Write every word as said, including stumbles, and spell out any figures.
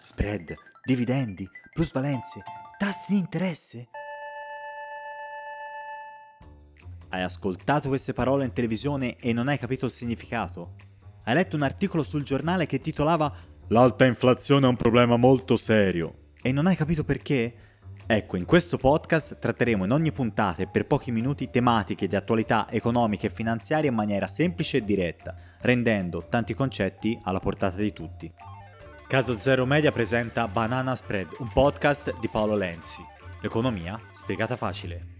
spread, dividendi, plusvalenze, tassi di interesse. Hai ascoltato queste parole in televisione e non hai capito il significato? Hai letto un articolo sul giornale che titolava "L'alta inflazione è un problema molto serio" e non hai capito perché? Ecco, in questo podcast tratteremo in ogni puntata e per pochi minuti tematiche di attualità economica e finanziaria in maniera semplice e diretta, rendendo tanti concetti alla portata di tutti. Caso Zero Media presenta Banana Spread, un podcast di Paolo Lenzi. L'economia spiegata facile.